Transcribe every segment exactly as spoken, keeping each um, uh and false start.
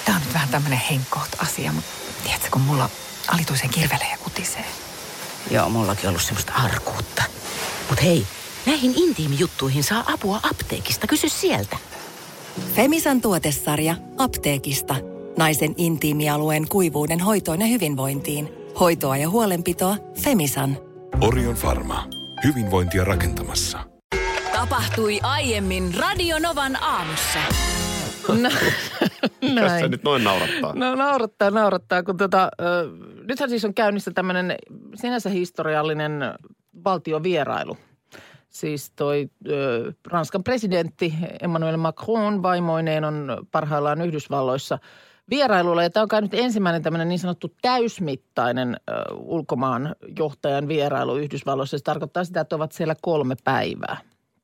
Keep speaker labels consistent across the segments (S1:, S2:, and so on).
S1: Tää on nyt vähän tämmönen henkkoht-asia, mutta tiedätkö, kun mulla alituisen kirvelee ja kutisee.
S2: Joo, mullakin ollut semmoista arkuutta. Mut hei, näihin intiimijuttuihin saa apua apteekista. Kysy sieltä.
S3: Femisan tuotesarja apteekista. Naisen intiimialueen kuivuuden hoitoon ja hyvinvointiin. Hoitoa ja huolenpitoa Femisan.
S4: Orion Pharma. Hyvinvointia rakentamassa.
S5: Tapahtui aiemmin Radio Novan aamussa.
S6: No, Mikäs se nyt noin naurattaa?
S7: No naurattaa, naurattaa, kun tota, ö, nythän siis on käynnissä tämmöinen sinänsä historiallinen valtiovierailu. Siis toi ö, Ranskan presidentti Emmanuel Macron vaimoineen on parhaillaan Yhdysvalloissa vierailulla. Ja tämä on käynyt ensimmäinen tämmöinen niin sanottu täysmittainen ö, ulkomaan johtajan vierailu Yhdysvalloissa. Se tarkoittaa sitä, että ovat siellä kolme päivää.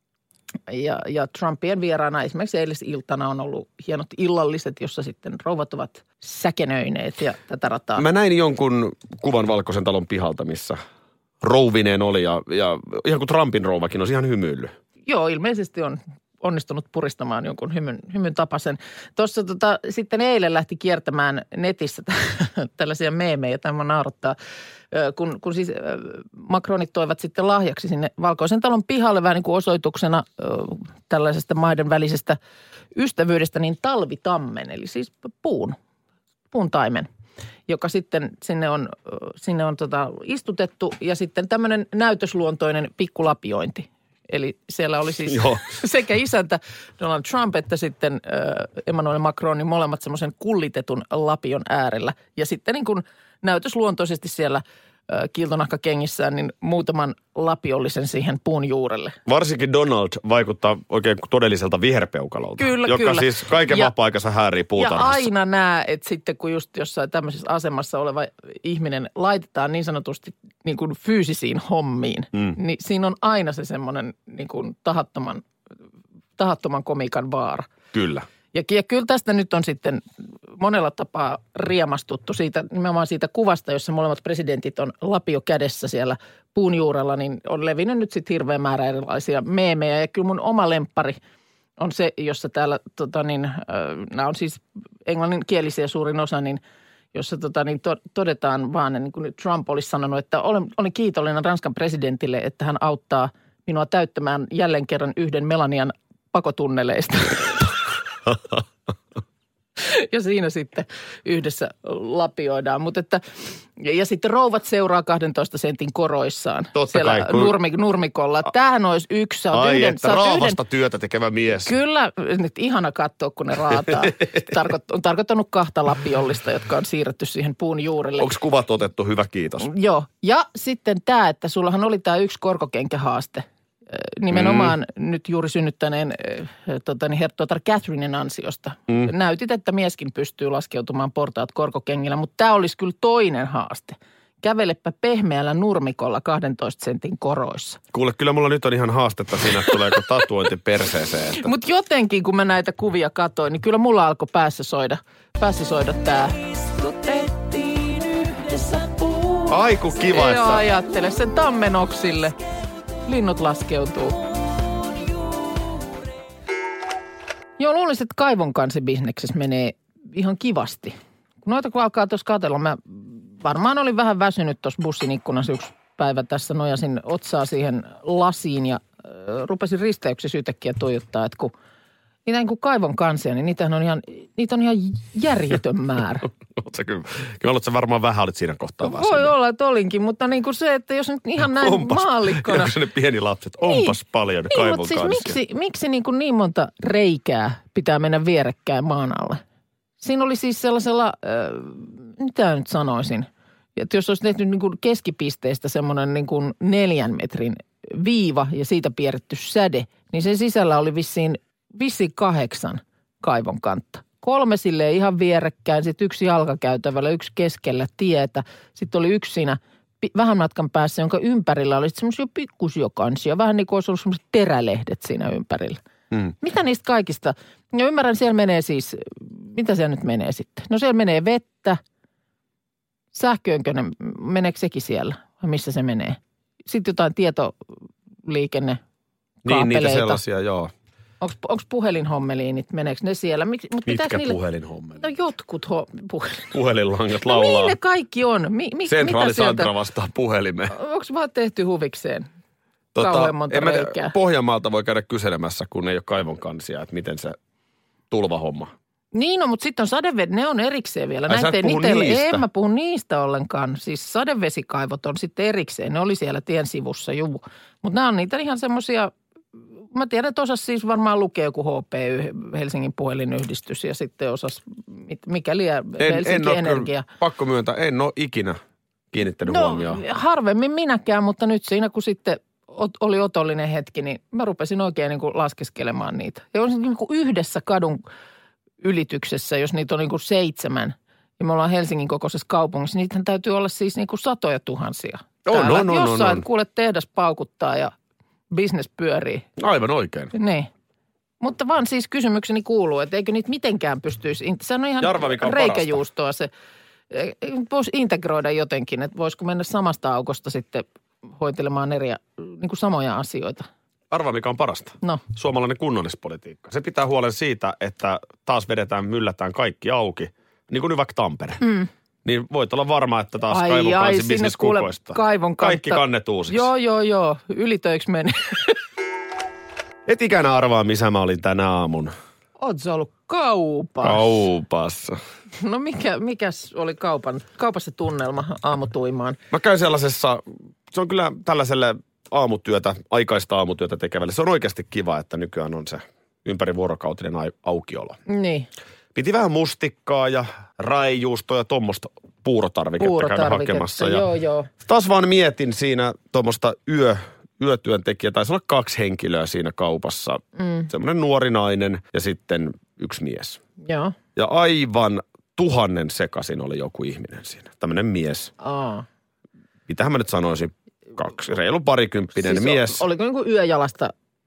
S7: Ja, ja Trumpien vieraana esimerkiksi eilisiltana on ollut hienot illalliset, jossa sitten rouvat ovat säkenöineet ja tätä rataa.
S6: Mä näin jonkun kuvan Valkoisen talon pihalta, missä rouvineen oli ja, ja ihan kuin Trumpin rouvakin olisi ihan hymyillyt.
S7: Joo, ilmeisesti on onnistunut puristamaan jonkun hymyn, hymyn tapaisen. Tuossa tota, sitten eilen lähti kiertämään netissä tällaisia meemejä, tämä naurattaa. Kun, kun siis Macronit toivat sitten lahjaksi sinne Valkoisen talon pihalle vähän niin kuin osoituksena tällaisesta maiden välisestä ystävyydestä, niin talvitammen, eli siis puun, puun taimen, joka sitten sinne on, sinne on tota istutettu ja sitten tämmöinen näytösluontoinen pikkulapiointi. Eli siellä oli siis Joo. sekä isäntä Donald Trump että sitten äh, Emmanuel Macron, niin molemmat semmoisen kullitetun lapion äärellä. Ja sitten niin kuin näytösluontoisesti siellä äh, kiiltonakkakengissään, niin muutaman lapiollisen siihen puun juurelle.
S6: Varsinkin Donald vaikuttaa oikein todelliselta viherpeukalolta.
S7: Kyllä,
S6: joka
S7: kyllä.
S6: siis kaiken ja, vapaa-aikansa häärii puutarhassa.
S7: Ja aina näe, että sitten kun just jossain tämmöisessä asemassa oleva ihminen laitetaan niin sanotusti niin kuin fyysisiin hommiin, mm. niin siinä on aina se semmoinen niin kuin tahattoman, tahattoman komiikan vaara.
S6: Kyllä.
S7: Ja, ja kyllä tästä nyt on sitten monella tapaa riemastuttu siitä, nimenomaan siitä kuvasta, jossa molemmat presidentit on lapio kädessä siellä puun juurella, niin on levinnyt nyt sitten hirveä määrä erilaisia meemejä. Ja kyllä mun oma lemppari on se, jossa täällä, tota niin, äh, nämä on siis englanninkielisiä suurin osa, niin jossa tota niin to, todetaan vaan, niin kuin Trump olisi sanonut, että olen, olen kiitollinen Ranskan presidentille, että hän auttaa minua täyttämään jälleen kerran yhden Melanian pakotunneleista. Ja siinä sitten yhdessä lapioidaan. Mutta että, ja sitten rouvat seuraa kahdentoista sentin koroissaan. Totta siellä kai, kun nurmi, nurmikolla. Tämähän olisi yksi.
S6: Ai,
S7: yhden,
S6: että raavasta yhden työtä tekevä mies.
S7: Kyllä, nyt ihana katsoa, kun ne raataa. Tarkoit, on tarkoittanut kahta lapiollista, jotka on siirretty siihen puun juurelle.
S6: Onko kuvat otettu? Hyvä, kiitos.
S7: Joo. Ja sitten tämä, että sullahan oli tämä yksi korkokenkähaaste. Nimenomaan mm. nyt juuri synnyttäneen tota, niin herttuatar Catherinen ansiosta. Mm. Näytit, että mieskin pystyy laskeutumaan portaat korkokengillä, mutta tämä olisi kyllä toinen haaste. Kävelepä pehmeällä nurmikolla kahdentoista sentin koroissa.
S6: Kuule, kyllä mulla nyt on ihan haastetta siinä, että tuleeko tatuointi perseeseen. Että...
S7: Mutta jotenkin, kun mä näitä kuvia katoin, niin kyllä mulla alkoi päässä soida, päässä soida tämä. Istutettiin yhdessä puun.
S6: Aiku kiva, että...
S7: Joo, ajattele sen tammenoksille. Linnut laskeutuu. Joo, luulisin, että kaivonkansibisneksessä menee ihan kivasti. Kun noita kun alkaa tuossa katsella, mä varmaan olin vähän väsynyt tuossa bussin ikkunassa yksi päivä tässä, nojasin otsaa siihen lasiin ja äh, rupesin risteyksessä yhtäkkiä tuijottaa, että kun niitä niin kuin kaivon kansia, niin niitähän on ihan, niitä on ihan järjetön määrä.
S6: Oletko kyllä, kyllä olet sä varmaan vähän olit siinä kohtaa
S7: Voi sinne. Olla, että olinkin, mutta niin kuin se, että jos nyt ihan näin onpas, maallikkona.
S6: Onko ne pieni lapset, onpas niin, paljon
S7: niin,
S6: kaivon
S7: mutta
S6: kansia.
S7: Siis miksi, miksi niin, kuin niin monta reikää pitää mennä vierekkäin maan alle? Siinä oli siis sellaisella, äh, mitä nyt sanoisin, että jos olisi tehty niin kuin keskipisteestä semmoinen niin kuin neljän metrin viiva ja siitä piirretty säde, niin sen sisällä oli vissiin Vissiin kahdeksan kaivon kantta. Kolme silleen ihan vierekkäin, sitten yksi jalkakäytävällä, yksi keskellä tietä. Sitten oli yksi siinä vähän matkan päässä, jonka ympärillä oli semmoisia pikkusia kansia. Vähän niin kuin olisi ollut semmoiset terälehdet siinä ympärillä. Hmm. Mitä niistä kaikista? No ymmärrän, siellä menee siis, mitä siellä nyt menee sitten? No siellä menee vettä, sähköönkönen, meneekö sekin siellä? Missä se menee? Sitten jotain tietoliikenne,
S6: niin, niitä sellaisia, joo.
S7: Onko puhelinhommeliinit, meneekö ne siellä? Mik, mut
S6: Mitkä
S7: niille...
S6: puhelinhommeliinit?
S7: No jotkut ho... puhelin.
S6: Puhelinlangat
S7: No
S6: laulaa.
S7: mihin ne kaikki on? Mi, mi,
S6: Sentraali Santra vastaa puhelimeen.
S7: Onko vaan tehty huvikseen?
S6: Tota,
S7: Kauhean monta
S6: en mä
S7: reikää.
S6: tiedä, Pohjanmaalta voi käydä kyselemässä, kun ei ole kaivon kansia, että miten se tulvahomma.
S7: Niin, no, mutta sitten on sadevedet, ne on erikseen vielä.
S6: Ai, sä et
S7: Näitä ei
S6: puhu
S7: niitä-
S6: niistä?
S7: En mä puhu niistä ollenkaan. Siis sadevesikaivot on sitten erikseen. Ne oli siellä tien sivussa, juu. Mutta nämä on niitä ihan semmoisia, mä tiedän, että osas siis varmaan lukee joku H P Y, Helsingin puhelinyhdistys, ja sitten osas, mikäli
S6: En,
S7: Helsinki
S6: en ole
S7: Energia.
S6: kyllä, pakko myöntää, en ole ikinä kiinnittänyt
S7: No
S6: huomioon.
S7: harvemmin minäkään, mutta nyt siinä kun sitten ot- oli otollinen hetki, niin mä rupesin oikein niin kuin laskeskelemaan niitä. Ja on niin kuin yhdessä kadun ylityksessä, jos niitä on niin kuin seitsemän, ja me ollaan Helsingin kokoisessa kaupungissa, niin niitähän täytyy olla siis niin kuin satoja tuhansia.
S6: On,
S7: täällä.
S6: on, on,
S7: Jossain
S6: on, on.
S7: kuule tehdas paukuttaa ja business pyörii.
S6: Aivan oikein.
S7: Niin. Mutta vaan siis kysymykseni kuuluu, että eikö niitä mitenkään pystyisi, se on ihan
S6: Jarva, mikä on
S7: reikäjuustoa se, voisi integroida jotenkin, että voisiko mennä samasta aukosta sitten hoitelemaan eri, niin kuin samoja asioita.
S6: Arvaa, mikä on parasta.
S7: No.
S6: Suomalainen kunnallispolitiikka. Se pitää huolen siitä, että taas vedetään, myllätään kaikki auki, niin kuin nyt vaikka Tampere. Mm. Niin voit olla varma, että taas
S7: Ai,
S6: kaivon
S7: ai,
S6: kansi
S7: sinne
S6: business
S7: kuule
S6: kukoistaa.
S7: kaivon
S6: Kaikki
S7: kantta-
S6: kannet uusiksi.
S7: Joo, joo, joo. Ylitöiksi meni.
S6: Et ikänä arvaa, missä mä olin tänä aamun.
S7: Oot sä ollut kaupassa?
S6: Kaupassa.
S7: No mikä, mikäs oli kaupan, kaupassa tunnelma aamutuimaan?
S6: Mä käyn sellaisessa, se on kyllä tällaiselle aamutyötä, aikaista aamutyötä tekevälle. Se on oikeasti kiva, että nykyään on se ympärivuorokautinen ai- aukiolo.
S7: Niin.
S6: Piti vähän mustikkaa ja raijuustoa ja tuommoista puurotarviketta, käydä
S7: Puurotarviketta,
S6: hakemassa. Ja
S7: joo, joo.
S6: taas vaan mietin siinä tuommoista yö, yötyöntekijää, taisi olla kaksi henkilöä siinä kaupassa. Mm. Semmoinen nuori nainen ja sitten yksi mies.
S7: Joo.
S6: Ja aivan tuhannen sekaisin oli joku ihminen siinä. Tämmöinen mies.
S7: Aa.
S6: Mitähän mä nyt sanoisin? Kaksi, reilu parikymppinen
S7: Siis
S6: mies.
S7: o- oliko niin kuin yöjalasta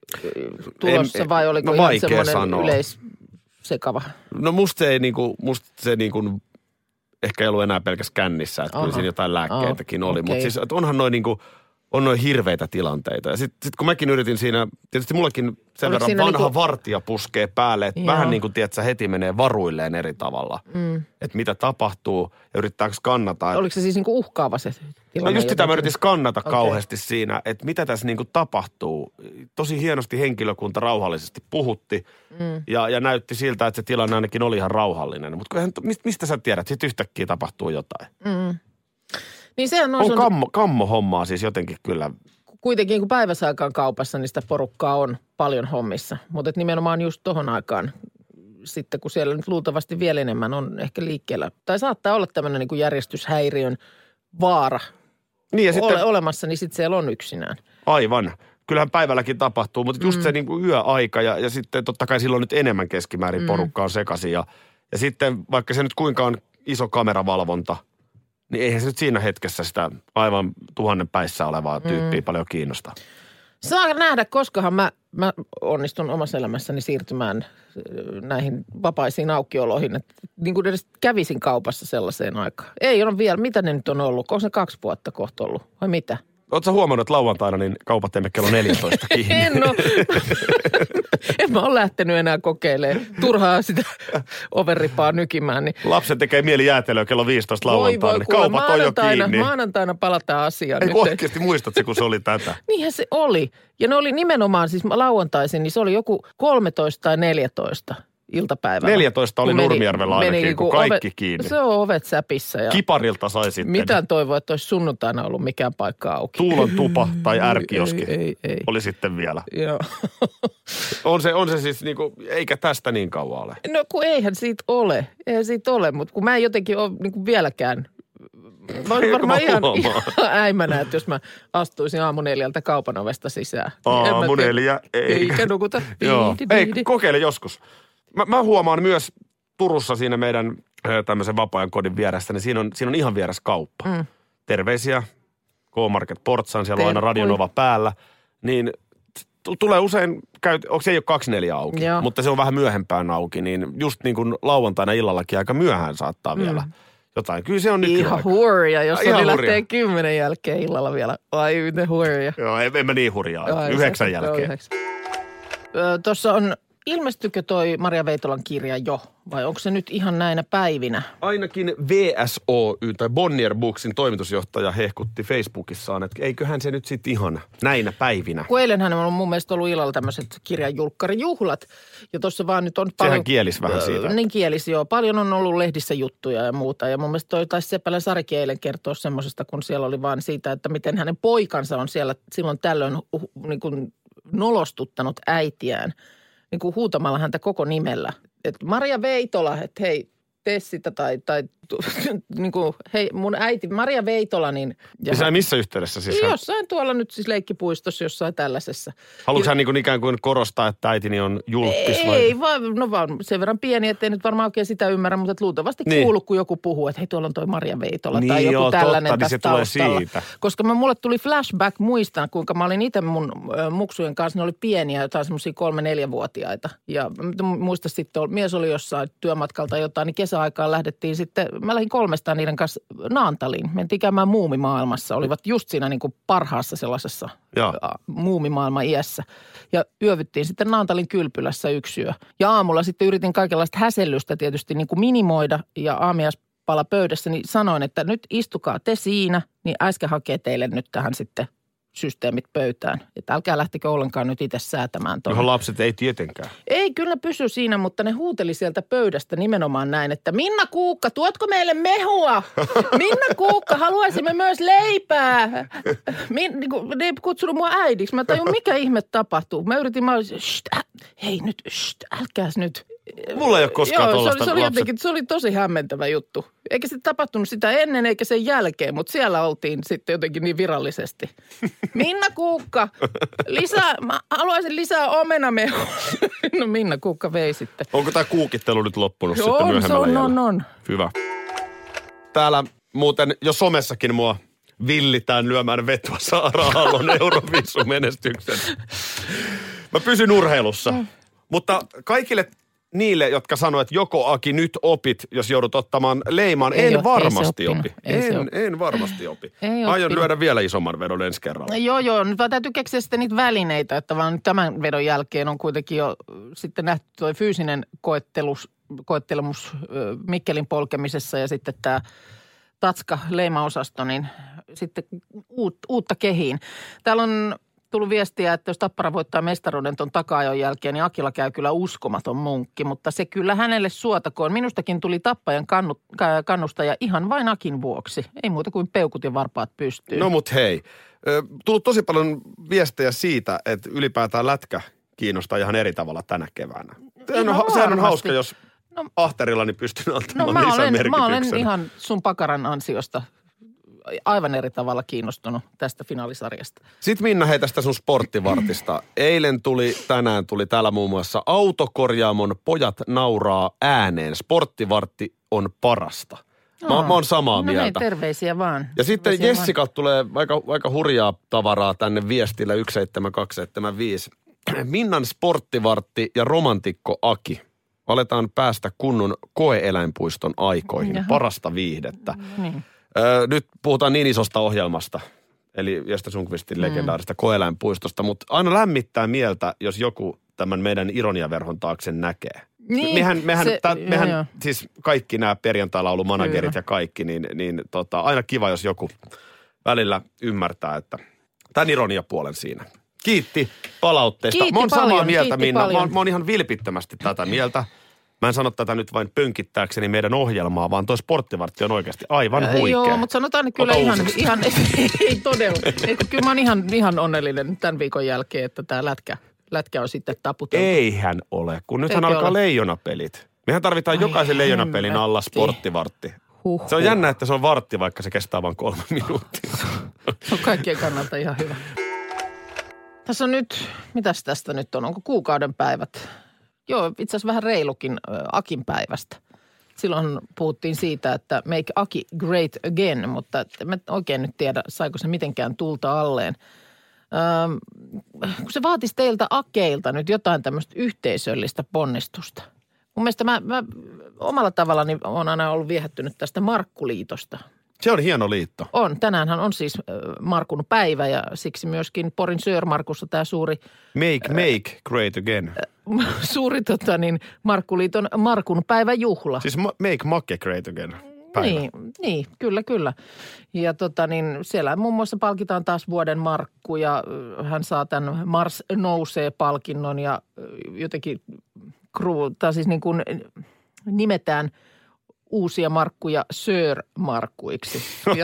S7: tulossa
S6: En-
S7: vai oliko
S6: no
S7: ihan
S6: vaikea
S7: semmoinen
S6: sanoa.
S7: yleissekava?
S6: No musta se ei niinku, musta se niinku, ehkä ei ollut enää pelkäs kännissä, että kyllä
S7: Aha.
S6: siinä jotain lääkkeitäkin
S7: Aha,
S6: oli.
S7: okei.
S6: Mutta siis että onhan noin niinku, on noin hirveitä tilanteita. Ja sitten sit kun mäkin yritin siinä, tietysti mullakin sen
S7: Oliko
S6: verran
S7: siinä
S6: vanha
S7: niinku-
S6: vartija puskee päälle, että
S7: Joo.
S6: vähän niin kuin tiedät, sä heti menee varuilleen eri tavalla. Mm. Että mitä tapahtuu ja yrittääkö skannata.
S7: Oliko se siis niin kuin uhkaava se
S6: No
S7: tilanne?
S6: just sitä mä
S7: jotenkin?
S6: yritin skannata
S7: Okei.
S6: kauheasti siinä, että mitä tässä niinku tapahtuu. Tosi hienosti henkilökunta rauhallisesti puhutti mm. ja, ja näytti siltä, että se tilanne ainakin oli ihan rauhallinen. Mutta mistä sä tiedät, sitten yhtäkkiä tapahtuu jotain.
S7: Mm. Niin sehän on,
S6: On
S7: on
S6: kammo, kammo hommaa siis jotenkin kyllä.
S7: kuitenkin kun päiväsaikaan kaupassa, niin sitä porukkaa on paljon hommissa. Mutta nimenomaan just tohon aikaan sitten, kun siellä nyt luultavasti vielä enemmän on ehkä liikkeellä. Tai saattaa olla tämmöinen niin kuin järjestyshäiriön vaara
S6: Niin ja sitten
S7: ole, olemassa, niin sitten siellä on yksinään.
S6: aivan. Kyllähän päivälläkin tapahtuu, mutta just mm. se niinku yöaika ja, ja sitten totta kai silloin nyt enemmän keskimäärin mm. porukka on sekaisin. Ja, ja sitten vaikka se nyt kuinka on iso kameravalvonta, niin eihän se nyt siinä hetkessä sitä aivan tuhannen päissä olevaa tyyppiä mm. paljon kiinnosta.
S7: Saa nähdä, koskahan mä, mä onnistun omassa elämässäni siirtymään näihin vapaisiin aukioloihin. Että niin kuin edes kävisin kaupassa sellaiseen aikaan. Ei ole vielä, mitä ne nyt on ollut? Onko se kaksi vuotta kohta ollut vai mitä?
S6: Oletko sä huomannut, että lauantaina niin kaupat teemme kello neljätoista kiinni?
S7: En ole. En mä ole lähtenyt enää kokeilemaan. Turhaa sitä overripaa nykimään. Niin
S6: Lapset tekee mieli jäätelöä kello viisitoista
S7: voi
S6: lauantaina.
S7: voi, kuule,
S6: Kaupat on jo
S7: maanantaina,
S6: kiinni.
S7: maanantaina palataan asiaan.
S6: Ei
S7: Nyt
S6: kun oikeasti muistat se, kun se oli tätä.
S7: Niinhän se oli. Ja ne oli nimenomaan siis lauantaisin, niin se oli joku kolmetoista tai neljätoista iltapäivällä.
S6: neljätoista oli
S7: Kun meni-
S6: Nurmijärvellä
S7: meni
S6: ainakin,
S7: niinku
S6: kun kaikki
S7: ovet-
S6: kiinni.
S7: Se on ovet säpissä. Ja
S6: Kiparilta sai sitten.
S7: mitään toivoa, että olisi sunnuntaina ollut mikään paikka auki.
S6: Tuulon tupa tai ärkioski
S7: Ei, ei, ei.
S6: oli sitten vielä.
S7: Joo.
S6: On se, on se siis niinku, eikä tästä niin kauan ole.
S7: No kun eihän siitä ole. Eihän siitä ole, mutta kun mä en jotenkin ole niin kuin vieläkään. Mä olisin varmaan
S6: Mä
S7: ihan,
S6: huomaan.
S7: ihan äimänä, että jos mä astuisin aamu neljältä kaupan ovesta sisään. Niin en mä
S6: Aamu
S7: tiedä.
S6: neljä, ei.
S7: Eikä nukuta.
S6: Joo.
S7: Diidi,
S6: Ei,
S7: diidi.
S6: kokeile joskus. Mä, mä huomaan myös Turussa siinä meidän ö, tämmöisen vapaa-ajan kodin vieressä, niin siinä on, siinä on ihan vieras kauppa. Mm. Terveisiä K-Market Portsaan, siellä on aina
S7: Terkkui.
S6: Radionova päällä. Niin t- tulee usein, käy, onko se ei ole kaksi neljä auki,
S7: Joo.
S6: mutta se on vähän myöhempään auki, niin just niin kuin lauantaina illallakin aika myöhään saattaa vielä jotain. Kyllä se on
S7: Ihan
S6: nykyaika.
S7: hurja, jos
S6: Ihan
S7: oli
S6: hurja.
S7: lähtee kymmenen jälkeen illalla vielä. Ai, miten hurja.
S6: Joo, en, en mä niin hurjaa.
S7: Ai,
S6: Yhdeksän
S7: se-
S6: jälkeen.
S7: Tuossa on ilmestykö toi Maria Veitolan kirja jo vai onko se nyt ihan näinä päivinä?
S6: Ainakin V S O Y tai Bonnier Booksin toimitusjohtaja hehkutti Facebookissaan, että eiköhän se nyt sitten ihan näinä päivinä.
S7: Kun eilenhän on mun mielestä ollut illalla tämmöiset kirjanjulkkarijuhlat ja tuossa vaan nyt on
S6: Sehän
S7: paljon...
S6: kielisi vähän siitä.
S7: Niin kielisi joo. Paljon on ollut lehdissä juttuja ja muuta ja mun mielestä toi taisi Seppälän Sarikin eilen kertoa semmoisesta, kun siellä oli vaan siitä, että miten hänen poikansa on siellä silloin tällöin uh, niin kuin nolostuttanut äitiään. Niin kuin huutamalla häntä koko nimellä. Että Maria Veitola, että hei, tee sitä tai, tai niin kuin, hei, mun äiti Maria Veitola, niin...
S6: Ja hän, missä yhteydessä siis?
S7: Jossain tuolla nyt siis leikkipuistossa, jossain tällaisessa.
S6: Haluatko hän niin kuin ikään kuin korostaa, että äitini on julkis?
S7: Ei,
S6: vai?
S7: ei vaan, no vaan sen verran pieni, ettei nyt varmaan oikein sitä ymmärrä, mutta luultavasti
S6: niin.
S7: kuulu, kun joku puhuu, että hei, tuolla on toi Maria Veitola
S6: niin
S7: tai joku
S6: joo,
S7: tällainen
S6: totta,
S7: tässä
S6: niin se
S7: taustalla.
S6: tulee siitä.
S7: Koska mä, mulle tuli flashback, muistan, kuinka mä olin itse mun ö, muksujen kanssa, ne oli pieniä, jotain semmoisia kolme-neljävuotiaita. Ja muista sitten, mies oli jossain työmatkalta jotain, niin kesäaikaan lähdettiin sitten, mä lähdin kolmestaan niiden kanssa Naantaliin. Mentiin käymään muumimaailmassa, olivat just siinä niin kuin parhaassa sellaisessa muumimaailman iässä. Ja yövyttiin sitten Naantalin kylpylässä yksi yö. Ja aamulla sitten yritin kaikenlaista häsellystä tietysti niin kuin minimoida ja aamiaispala pöydässä, niin sanoin, että nyt istukaa te siinä, niin äsken hakee teille nyt tähän sitten systeemit pöytään. Että älkää lähtikö ollenkaan nyt itse säätämään tuonne.
S6: Johon lapset ei tietenkään.
S7: Ei, kyllä pysy siinä, mutta ne huuteli sieltä pöydästä nimenomaan näin, että Minna Kuukka, tuotko meille mehua? Minna Kuukka, haluaisimme myös leipää. Min, niin kuin, ne ei kutsunut mua äidiksi. Mä tajun, mikä ihme tapahtuu. Mä yritin, mä olisin, hei nyt, sht, älkääs nyt.
S6: Mulla ei ole koskaan
S7: Joo,
S6: tollaista
S7: se oli, se, oli
S6: lapset.
S7: jotenkin, se oli tosi hämmentävä juttu. Eikä se tapahtunut sitä ennen eikä sen jälkeen, mutta siellä oltiin sitten jotenkin niin virallisesti. Minna Kuukka, lisää, mä haluaisin lisää omenamehua. No Minna Kuukka vei sitten.
S6: Onko tämä kuukittelu nyt loppunut
S7: on,
S6: sitten myöhemmällä
S7: on,
S6: jäällä?
S7: on, on.
S6: Hyvä. Täällä muuten jo somessakin mua villitään lyömään vetoa Saara Aallon Euroviisu-menestyksen. Mä pysyn urheilussa, mm. mutta kaikille niille, jotka sanoo, että joko Aki nyt opit, jos joudut ottamaan leimaan,
S7: Ei
S6: en
S7: ole,
S6: varmasti
S7: ei
S6: opi.
S7: ei
S6: En, en varmasti opi.
S7: Ei
S6: Aion
S7: oppinut.
S6: lyödä vielä isomman vedon ensi kerralla.
S7: Joo, joo. Nyt vaan täytyy keksiä sitten niitä välineitä, että vaan tämän vedon jälkeen on kuitenkin jo sitten nähty tuo fyysinen koettelus, koettelemus Mikkelin polkemisessa ja sitten tämä Tatska leimaosasto, niin sitten uut, uutta kehiin. Täällä on tullut viestiä, että jos Tappara voittaa mestaruuden ton taka-ajon jälkeen, niin Akila käy kyllä uskomaton munkki, mutta se kyllä hänelle suotakoon. Minustakin tuli Tappajan kannu, kannustaja ihan vain Akin vuoksi. Ei muuta kuin peukut ja varpaat pystyyn.
S6: No mut hei, tullut tosi paljon viestejä siitä, että ylipäätään lätkä kiinnostaa ihan eri tavalla tänä keväänä. Sehän on, sehän on hauska, jos no, ahterillani pystyn antamaan
S7: no, mä olen,
S6: lisämerkityksen.
S7: mä olen ihan sun pakaran ansiosta aivan eri tavalla kiinnostunut tästä finaalisarjasta.
S6: Sitten Minna, hei tästä sun sporttivartista. Eilen tuli, tänään tuli täällä muun muassa autokorjaamon pojat nauraa ääneen. Sporttivartti on parasta. Mä,
S7: Aa,
S6: mä oon samaa
S7: no
S6: mieltä.
S7: hei, terveisiä vaan.
S6: Ja sitten
S7: Terveisiä
S6: Jessikalta tulee aika, aika hurjaa tavaraa tänne viestillä yksi seitsemän kaksi seitsemän viisi. Minnan sporttivartti ja romantikko Aki. Aletaan päästä kunnon koe-eläinpuiston aikoihin.
S7: Jaha.
S6: Parasta viihdettä.
S7: Niin.
S6: Öö, nyt puhutaan niin isosta ohjelmasta, eli Jesta Sundqvistin legendaarista koe-eläinpuistosta, mutta aina lämmittää mieltä, jos joku tämän meidän ironiaverhon taakse näkee.
S7: Niin,
S6: mehän, mehän,
S7: se,
S6: tä, mehän
S7: joo, joo.
S6: siis kaikki nämä perjantai-laulumanagerit
S7: Kyllä.
S6: ja kaikki, niin, niin tota, aina kiva, jos joku välillä ymmärtää, että tämän ironiapuolen siinä. Kiitti palautteesta.
S7: Kiitti
S6: mä oon
S7: paljon,
S6: samaa mieltä,
S7: kiitti
S6: Minna. Mä
S7: paljon.
S6: oon, mä oon ihan vilpittömästi tätä mieltä. Mä en sano tätä nyt vain pönkittääkseni meidän ohjelmaa, vaan toi sporttivartti on oikeasti aivan huikea.
S7: Joo, mutta sanotaan kyllä
S6: Ota
S7: ihan,
S6: uusiksi.
S7: ihan ei todella. Eikö, kyllä mä oon ihan, ihan onnellinen tämän viikon jälkeen, että tämä lätkä, lätkä on sitten taputeltu.
S6: Eihän ole, kun nythän
S7: Eikö
S6: alkaa
S7: ole?
S6: leijonapelit. Mehän tarvitaan
S7: Ai
S6: jokaisen leijonapelin
S7: hemmetti.
S6: alla sporttivartti.
S7: Huhhuh.
S6: Se on jännä, että se on vartti, vaikka se kestää vain kolme minuuttia.
S7: Se on kaikkien kannalta ihan hyvä. Tässä on nyt, mitäs tästä nyt on, onko kuukauden päivät? Joo, itse asiassa vähän reilukin äh, Akin päivästä. Silloin puhuttiin siitä, että make Aki great again, mutta en oikein nyt tiedä, saiko se mitenkään tulta alleen. Ähm, kun se vaatisi teiltä Akeilta nyt jotain tämmöistä yhteisöllistä ponnistusta. Mun mielestä mä, mä omalla tavallani olen aina ollut viehättynyt tästä Markkuliitosta.
S6: Se on hieno liitto.
S7: On. Tänäänhän on siis Markun päivä ja siksi myöskin Porin Sörmarkussa tämä suuri...
S6: Make, make, great again.
S7: Suuri tota niin, Markkuliiton Markun päiväjuhla.
S6: Siis ma- make make great again päivä.
S7: Niin, niin, kyllä, kyllä. Ja tota niin, siellä muun muassa palkitaan taas vuoden Markku ja hän saa tämän Mars nousee -palkinnon ja jotenkin tai siis niin kuin nimetään uusia Markkuja Sör-Markkuiksi.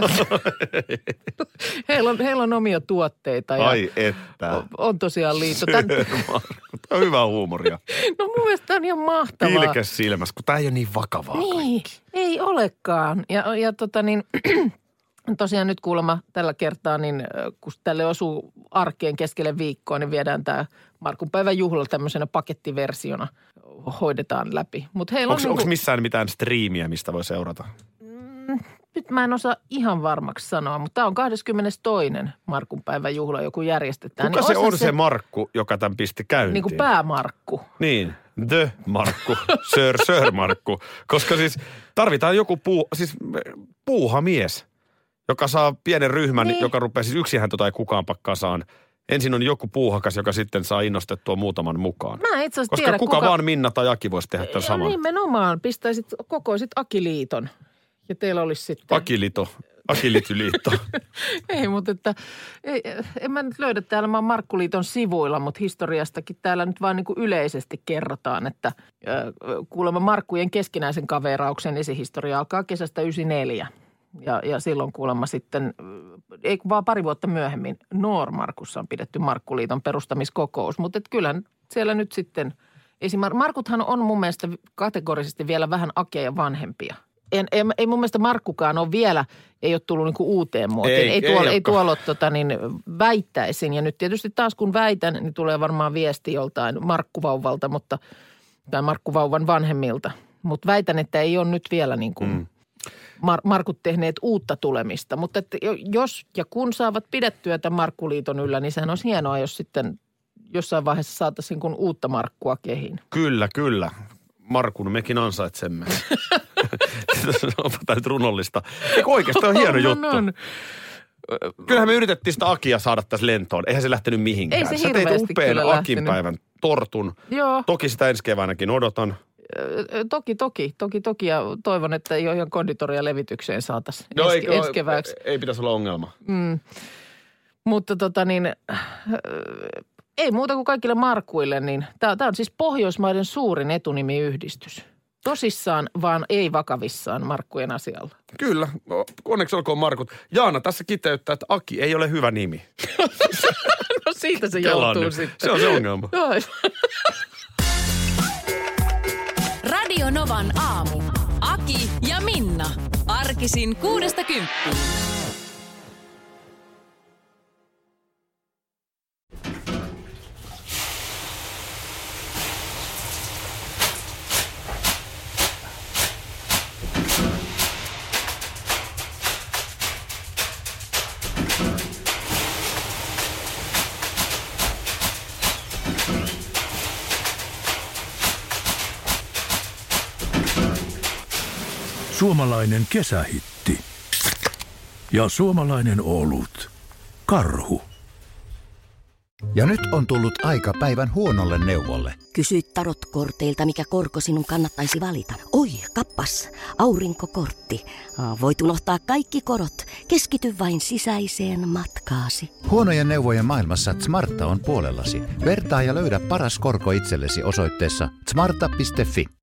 S7: heillä, on, heillä on omia tuotteita. Ja
S6: ai että.
S7: On, on tosiaan liitto.
S6: Sör-Markku. Tämä on hyvää huumoria.
S7: No mun mielestä tämä on ihan mahtavaa.
S6: Pilkäs silmässä, kun tämä ei ole niin vakavaa
S7: niin,
S6: kaikki.
S7: Ei olekaan. Ja, ja tota niin, tosiaan nyt kuulemma tällä kertaa, niin kun tälle osuu arkeen keskelle viikkoa, niin viedään tämä Markun päivän juhla tämmöisenä pakettiversiona hoidetaan läpi. Mut heillä
S6: onko,
S7: on
S6: onko
S7: niinku,
S6: missään mitään striimiä, mistä voi seurata?
S7: Mm, nyt mä en osaa ihan varmaksi sanoa, mutta tämä on kahdeskymmenestoinen Markun päivän juhla, joku järjestetään.
S6: Kuka
S7: niin
S6: se on se, se
S7: Markku,
S6: joka tämän pisti käyntiin?
S7: Niin kuin päämarkku.
S6: Niin, the Markku, Sir, Sir Markku. Koska siis tarvitaan joku puu, siis puuhamies, joka saa pienen ryhmän, niin. joka rupeaa siis yksinhän tota ei kukaanpa kasaan. Ensin on joku puuhakas, joka sitten saa innostettua muutaman mukaan.
S7: Mä itse asiassa
S6: Koska
S7: tiedä,
S6: kuka,
S7: kuka
S6: vaan Minna tai Aki voisi tehdä tämän saman.
S7: Nimenomaan, pistäisit, kokoisit Akiliiton ja teillä olisi sitten...
S6: Akilito, Akilityliitto.
S7: Ei, mutta että, ei, en mä nyt löydä täällä, mä oon Markkuliiton sivuilla, mutta historiastakin täällä nyt vaan niin kuin yleisesti kerrotaan, että äh, kuulemma Markkujen keskinäisen kaverauksen esihistoria alkaa kesästä yhdeksänkymmentäneljä. Ja, ja silloin kuulemma sitten, ei vaan pari vuotta myöhemmin, Noormarkussa on pidetty Markkuliiton perustamiskokous. Mutta kyllähän siellä nyt sitten, esimerkiksi Markuthan on mun mielestä kategorisesti vielä vähän Akeja vanhempia. En, ei, ei mun mielestä Markkukaan ole vielä, ei ole tullut niinku uuteen muotiin.
S6: Ei,
S7: ei,
S6: ei,
S7: tuolla,
S6: ei,
S7: ei tuolla ole tota niin, väittäisin. Ja nyt tietysti taas kun väitän, niin tulee varmaan viesti joltain Markkuvauvalta, mutta, tai Markkuvauvan vanhemmilta. Mutta väitän, että ei ole nyt vielä niin kuin... Mm. Mar- Markut tehneet uutta tulemista, mutta että jos ja kun saavat pidettyä tämän Markkuliiton yllä, niin sehän olisi hienoa, jos sitten jossain vaiheessa saataisiin kun uutta Markkua kehiin.
S6: Kyllä, kyllä. Markun mekin ansaitsemme. Onpa tämä nyt runollista. Eikö oikeasti on hieno juttu? On, on. Kyllähän me yritettiin sitä Akia saada tässä lentoon. Eihän se lähtenyt mihinkään.
S7: Ei se
S6: Sä teit upean Akin
S7: lähtenyt.
S6: päivän tortun.
S7: Joo.
S6: Toki sitä ensi keväänäkin odotan.
S7: Toki, toki, toki, toki ja toivon, että ei ole ihan konditoria levitykseen saataisiin
S6: no,
S7: ensi,
S6: eikö,
S7: ensi kevääksi.
S6: Ei pitäisi olla ongelma.
S7: Mm. Mutta tota niin, äh, ei muuta kuin kaikille Markkuille, niin tämä on siis Pohjoismaiden suurin etunimiyhdistys. Tosissaan, vaan ei vakavissaan Markkujen asialla.
S6: Kyllä, onneksi olkoon Markut. Jaana tässä kiteyttää, että Aki ei ole hyvä nimi.
S7: No siitä se
S6: Kelanne.
S7: joutuu sitten.
S6: Se on se ongelma.
S5: Radio Novan aamu. Aki ja Minna. Arkisin kuudesta kymppiin.
S8: Suomalainen kesähitti ja suomalainen olut. Karhu.
S9: Ja nyt on tullut aika päivän huonolle neuvolle.
S10: Kysy tarotkorteilta, mikä korko sinun kannattaisi valita. Oi, kappas, aurinkokortti. Voit unohtaa kaikki korot. Keskity vain sisäiseen matkaasi.
S9: Huonojen neuvojen maailmassa Smarta on puolellasi. Vertaa ja löydä paras korko itsellesi osoitteessa smarta piste fi.